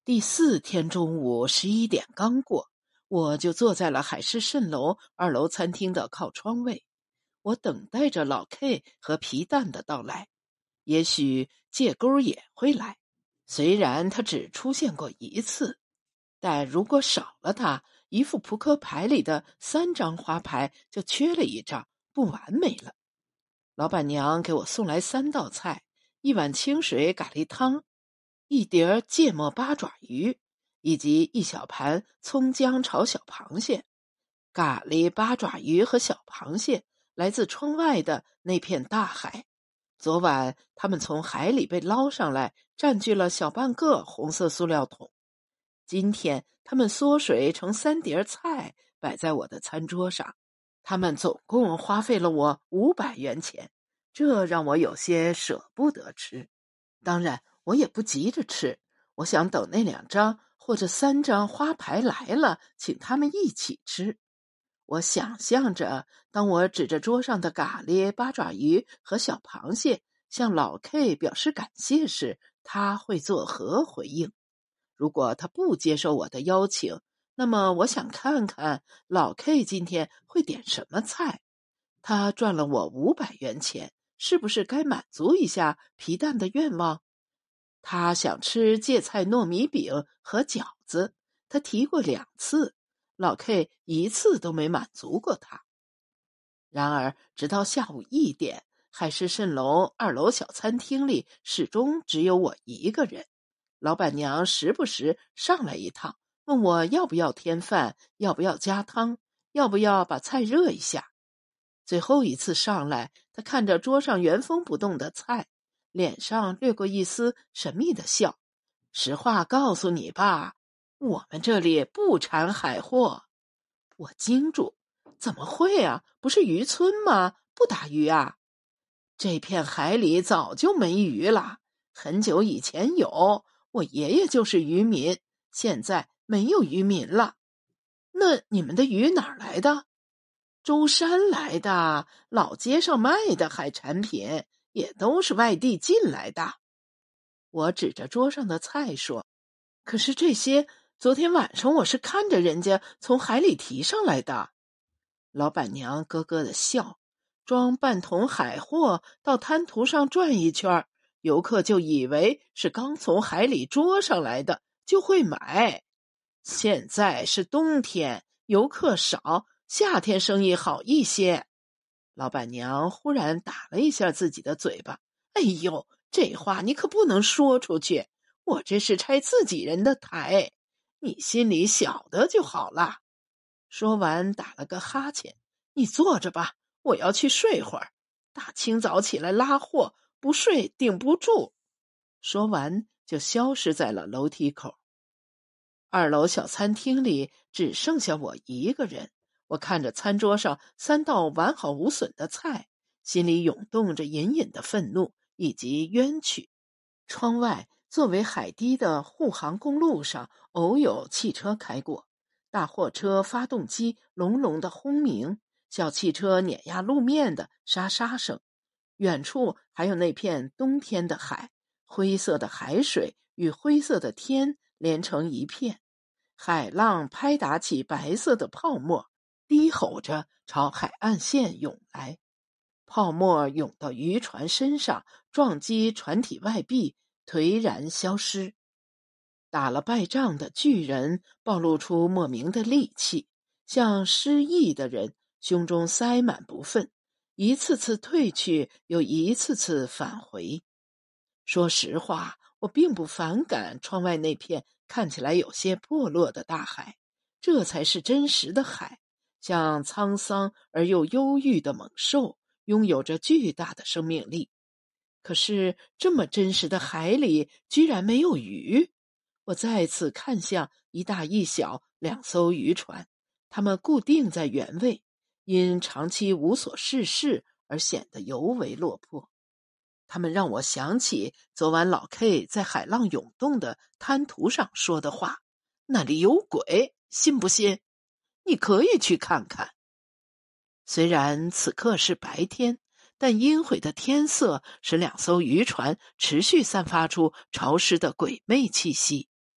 第4天中午11点刚过，我就坐在了海市蜃楼2楼餐厅的靠窗位，我等待着老 K 和皮蛋的到来。也许介钩也会来，虽然他只出现过1次，但如果少了他，一副扑克牌里的3张花牌就缺了1张，不完美了。老板娘给我送来3道菜，1碗清水咖喱汤，1碟芥末八爪鱼，以及1小盘葱姜炒小螃蟹。咖喱、八爪鱼和小螃蟹来自窗外的那片大海，昨晚他们从海里被捞上来，占据了小半个红色塑料桶。今天他们缩水成3碟菜摆在我的餐桌上，他们总共花费了我500元钱，这让我有些舍不得吃。当然我也不急着吃，我想等那2张或者3张花牌来了，请他们一起吃。我想象着，当我指着桌上的咖喱、八爪鱼和小螃蟹向老 K 表示感谢时，他会作何回应。如果他不接受我的邀请，那么我想看看老 K 今天会点什么菜。他赚了我500元钱，是不是该满足一下皮蛋的愿望？他想吃芥菜糯米饼和饺子，他提过2次，老 K 1次都没满足过他。然而直到下午1点，海市蜃楼2楼小餐厅里始终只有我一个人。老板娘时不时上来一趟，问我要不要添饭，要不要加汤，要不要把菜热一下。最后一次上来，她看着桌上原封不动的菜，脸上掠过一丝神秘的笑。实话告诉你吧，我们这里不产海货。我惊住，怎么会啊？不是渔村吗？不打鱼啊？这片海里早就没鱼了，很久以前有，我爷爷就是渔民，现在没有渔民了。那你们的鱼哪儿来的？舟山来的，老街上卖的海产品也都是外地进来的。我指着桌上的菜说，可是这些昨天晚上我是看着人家从海里提上来的。老板娘咯咯地笑，装半桶海货到滩涂上转一圈，游客就以为是刚从海里捉上来的，就会买。现在是冬天，游客少，夏天生意好一些。老板娘忽然打了一下自己的嘴巴，哎呦，这话你可不能说出去，我这是拆自己人的台，你心里晓得就好了。说完打了个哈欠，你坐着吧，我要去睡会儿，大清早起来拉货，不睡顶不住。说完就消失在了楼梯口。2楼小餐厅里只剩下我一个人，我看着餐桌上3道完好无损的菜，心里涌动着隐隐的愤怒以及冤屈。窗外作为海堤的护航公路上偶有汽车开过，大货车发动机隆隆的轰鸣，小汽车碾压路面的沙沙声。远处还有那片冬天的海，灰色的海水与灰色的天连成一片，海浪拍打起白色的泡沫，低吼着朝海岸线涌来。泡沫涌到渔船身上，撞击船体外壁，颓然消失。打了败仗的巨人暴露出莫名的戾气，像失意的人胸中塞满不忿，一次次退去，又一次次返回。说实话，我并不反感窗外那片看起来有些破落的大海，这才是真实的海，像沧桑而又忧郁的猛兽，拥有着巨大的生命力。可是这么真实的海里居然没有鱼。我再次看向一大一小2艘渔船，它们固定在原位，因长期无所事事而显得尤为落魄。他们让我想起昨晚老 K 在海浪涌动的滩涂上说的话，那里有鬼，信不信？你可以去看看。虽然此刻是白天，但阴晦的天色使2艘渔船持续散发出潮湿的鬼魅气息。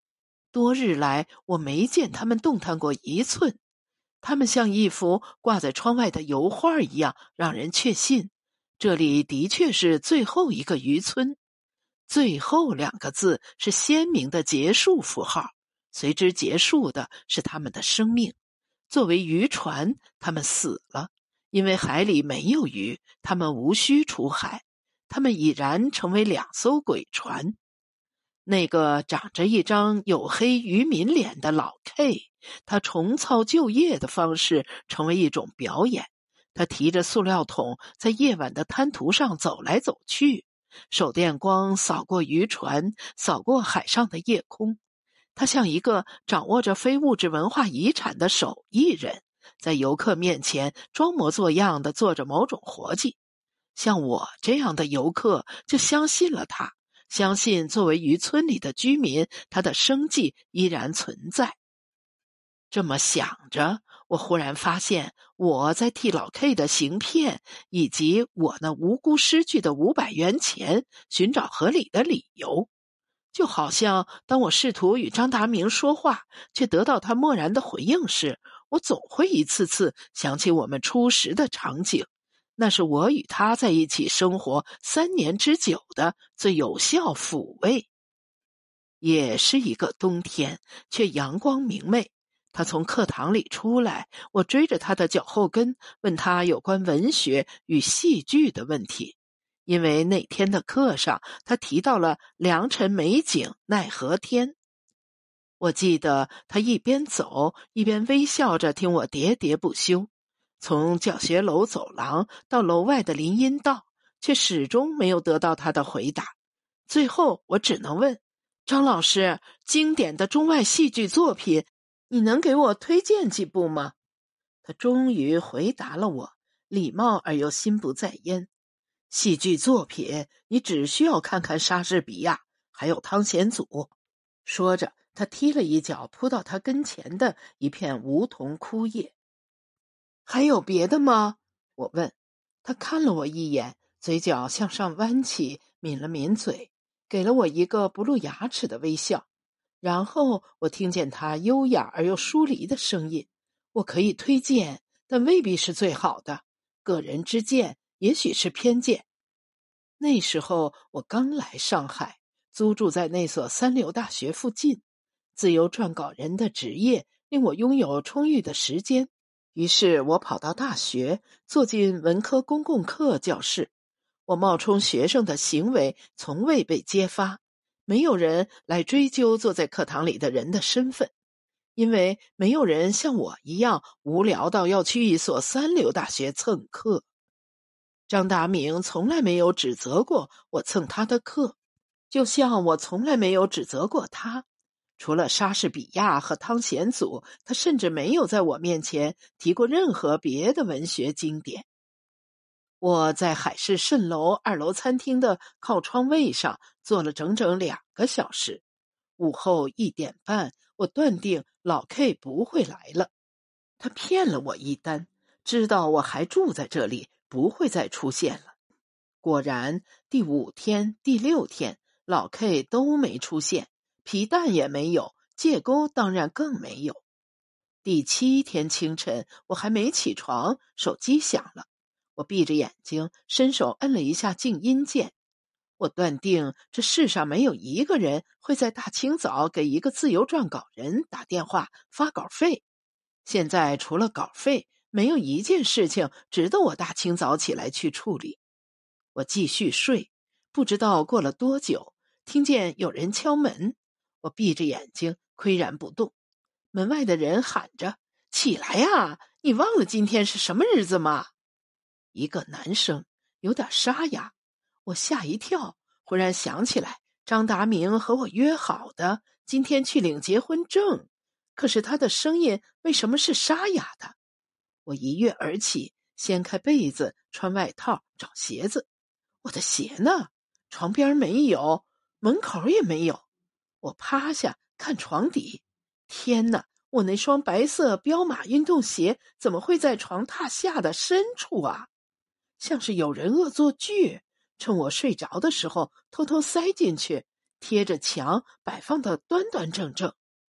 多日来我没见他们动弹过一寸，他们像一幅挂在窗外的油画一样，让人确信这里的确是最后一个渔村。最后2个字是鲜明的结束符号，随之结束的是他们的生命。作为渔船，他们死了，因为海里没有鱼，他们无需出海，他们已然成为2艘鬼船。那个长着一张黝黑渔民脸的老 K， 他重操旧业的方式成为一种表演。他提着塑料桶在夜晚的滩涂上走来走去，手电光扫过渔船，扫过海上的夜空。他像一个掌握着非物质文化遗产的手艺人，在游客面前装模作样地做着某种活计。像我这样的游客就相信了他，相信作为渔村里的居民，他的生计依然存在。这么想着，我忽然发现我在替老 K 的行骗以及我那无辜失去的500元钱寻找合理的理由。就好像当我试图与张达明说话，却得到他漠然的回应时，我总会一次次想起我们初识的场景。那是我与他在一起生活3年之久的最有效抚慰。也是一个冬天，却阳光明媚。他从课堂里出来，我追着他的脚后跟，问他有关文学与戏剧的问题。因为那天的课上，他提到了良辰美景奈何天。我记得他一边走一边微笑着听我喋喋不休，从教学楼走廊到楼外的林荫道，却始终没有得到他的回答。最后我只能问，张老师，经典的中外戏剧作品，你能给我推荐几部吗？他终于回答了我，礼貌而又心不在焉。戏剧作品，你只需要看看莎士比亚，还有汤显祖。说着，他踢了一脚扑到他跟前的一片梧桐枯叶。还有别的吗？我问。他看了我一眼，嘴角向上弯起，抿了抿嘴，给了我一个不露牙齿的微笑。然后我听见他优雅而又疏离的声音，我可以推荐，但未必是最好的，个人之见也许是偏见。那时候我刚来上海，租住在那所三流大学附近，自由撰稿人的职业令我拥有充裕的时间，于是我跑到大学，坐进文科公共课教室。我冒充学生的行为从未被揭发，没有人来追究坐在课堂里的人的身份，因为没有人像我一样无聊到要去一所三流大学蹭课。张达明从来没有指责过我蹭他的课，就像我从来没有指责过他。除了莎士比亚和汤显祖，他甚至没有在我面前提过任何别的文学经典。我在海市蜃楼2楼餐厅的靠窗位上坐了整整2个小时。午后1点半，我断定老 K 不会来了。他骗了我一单，知道我还住在这里，不会再出现了。果然，第5天、第6天，老 K 都没出现，皮蛋也没有，介钩当然更没有。第7天清晨，我还没起床，手机响了。我闭着眼睛，伸手摁了一下静音键。我断定这世上没有一个人会在大清早给一个自由撰稿人打电话发稿费。现在除了稿费，没有一件事情值得我大清早起来去处理。我继续睡，不知道过了多久，听见有人敲门。我闭着眼睛，岿然不动。门外的人喊着：“起来呀，你忘了今天是什么日子吗？”一个男生，有点沙哑。我吓一跳，忽然想起来，张达明和我约好的今天去领结婚证，可是他的声音为什么是沙哑的？我一跃而起，掀开被子，穿外套，找鞋子。我的鞋呢？床边没有，门口也没有。我趴下看床底，天哪，我那双白色彪马运动鞋怎么会在床榻下的深处啊？像是有人恶作剧，趁我睡着的时候偷偷塞进去，贴着墙摆放的端端正正。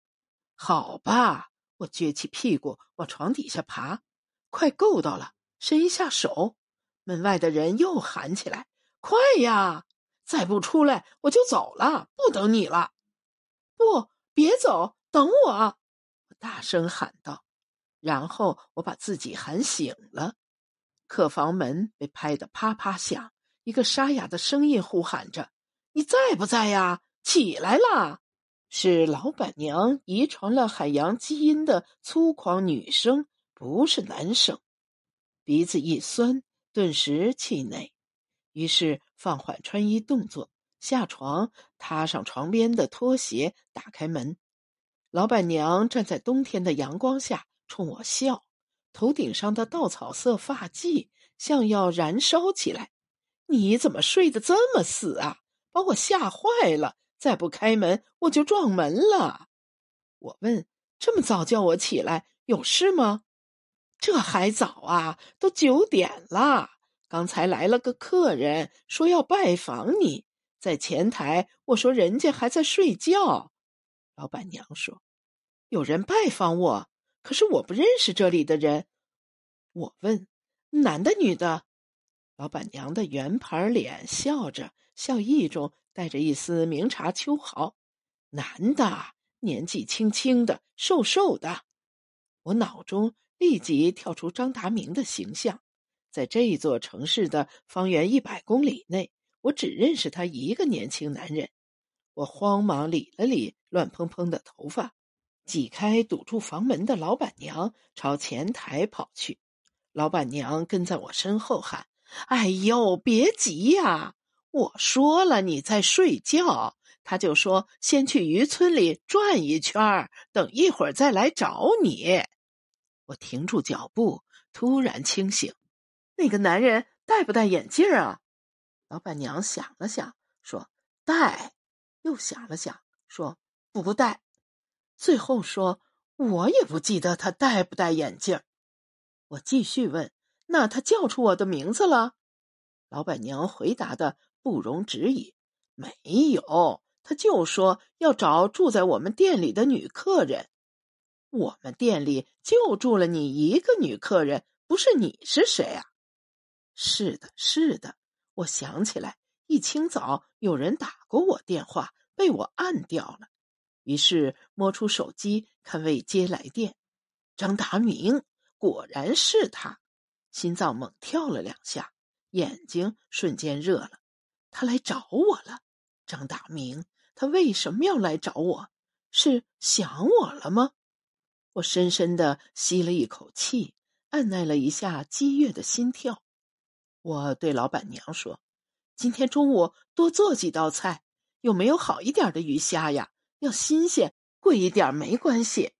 好吧，我撅起屁股往床底下爬，快够到了，伸一下手。门外的人又喊起来：快呀！再不出来我就走了，不等你了。不，别走，等我！我大声喊道，然后我把自己喊醒了。客房门被拍得啪啪响，一个沙哑的声音呼喊着：你在不在呀？起来啦！是老板娘遗传了海洋基因的粗犷女声，不是男声。鼻子一酸，顿时气馁，于是放缓穿衣动作，下床，踏上床边的拖鞋，打开门。老板娘站在冬天的阳光下冲我笑，头顶上的稻草色发髻像要燃烧起来。你怎么睡得这么死啊？把我吓坏了，再不开门我就撞门了。我问，这么早叫我起来，有事吗？这还早啊，都9点了。刚才来了个客人，说要拜访你，在前台我说人家还在睡觉。老板娘说，有人拜访我，可是我不认识这里的人。我问，男的女的？老板娘的圆盘脸笑着，笑意中带着一丝明察秋毫。男的，年纪轻轻的，瘦瘦的。我脑中立即跳出张达明的形象，在这一座城市的方圆100公里内，我只认识他一个年轻男人。我慌忙理了理乱蓬蓬的头发，挤开堵住房门的老板娘，朝前台跑去。老板娘跟在我身后喊：哎呦，别急呀！我说了你在睡觉，他就说先去渔村里转一圈，等一会儿再来找你。我停住脚步，突然清醒。那个男人戴不戴眼镜啊？老板娘想了想，说戴。又想了想，说不戴。最后说，我也不记得他戴不戴眼镜。我继续问，那他叫出我的名字了？老板娘回答的不容置疑，没有，他就说要找住在我们店里的女客人。我们店里就住了你一个女客人，不是你是谁啊？是的，是的，我想起来，一清早有人打过我电话，被我按掉了。于是摸出手机看未接来电，张达明，果然是他。心脏猛跳了2下，眼睛瞬间热了。他来找我了。张达明，他为什么要来找我？是想我了吗？我深深地吸了一口气，按耐了一下激越的心跳。我对老板娘说，今天中午多做几道菜，有没有好一点的鱼虾呀？要新鲜，贵一点没关系。